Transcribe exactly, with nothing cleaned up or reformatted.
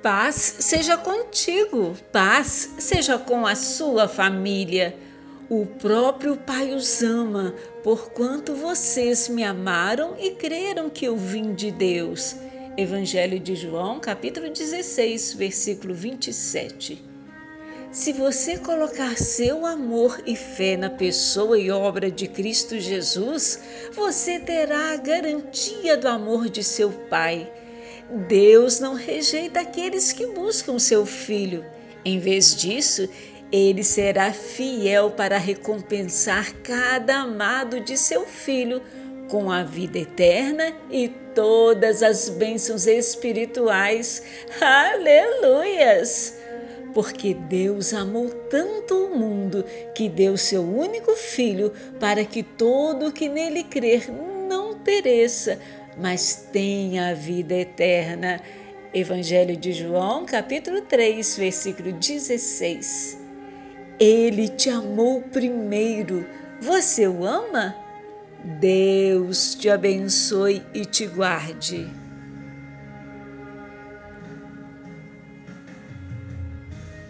Paz seja contigo, paz seja com a sua família. O próprio Pai os ama, porquanto vocês me amaram e creram que eu vim de Deus. Evangelho de João, capítulo dezesseis, versículo vinte e sete. Se você colocar seu amor e fé na pessoa e obra de Cristo Jesus, você terá a garantia do amor de seu Pai. Deus não rejeita aqueles que buscam seu Filho. Em vez disso, Ele será fiel para recompensar cada amado de seu Filho com a vida eterna e todas as bênçãos espirituais. Aleluias! Porque Deus amou tanto o mundo que deu seu único Filho para que todo o que nele crer não pereça, mas tenha a vida eterna. Evangelho de João, capítulo três, versículo dezesseis. Ele te amou primeiro. Você o ama? Deus te abençoe e te guarde.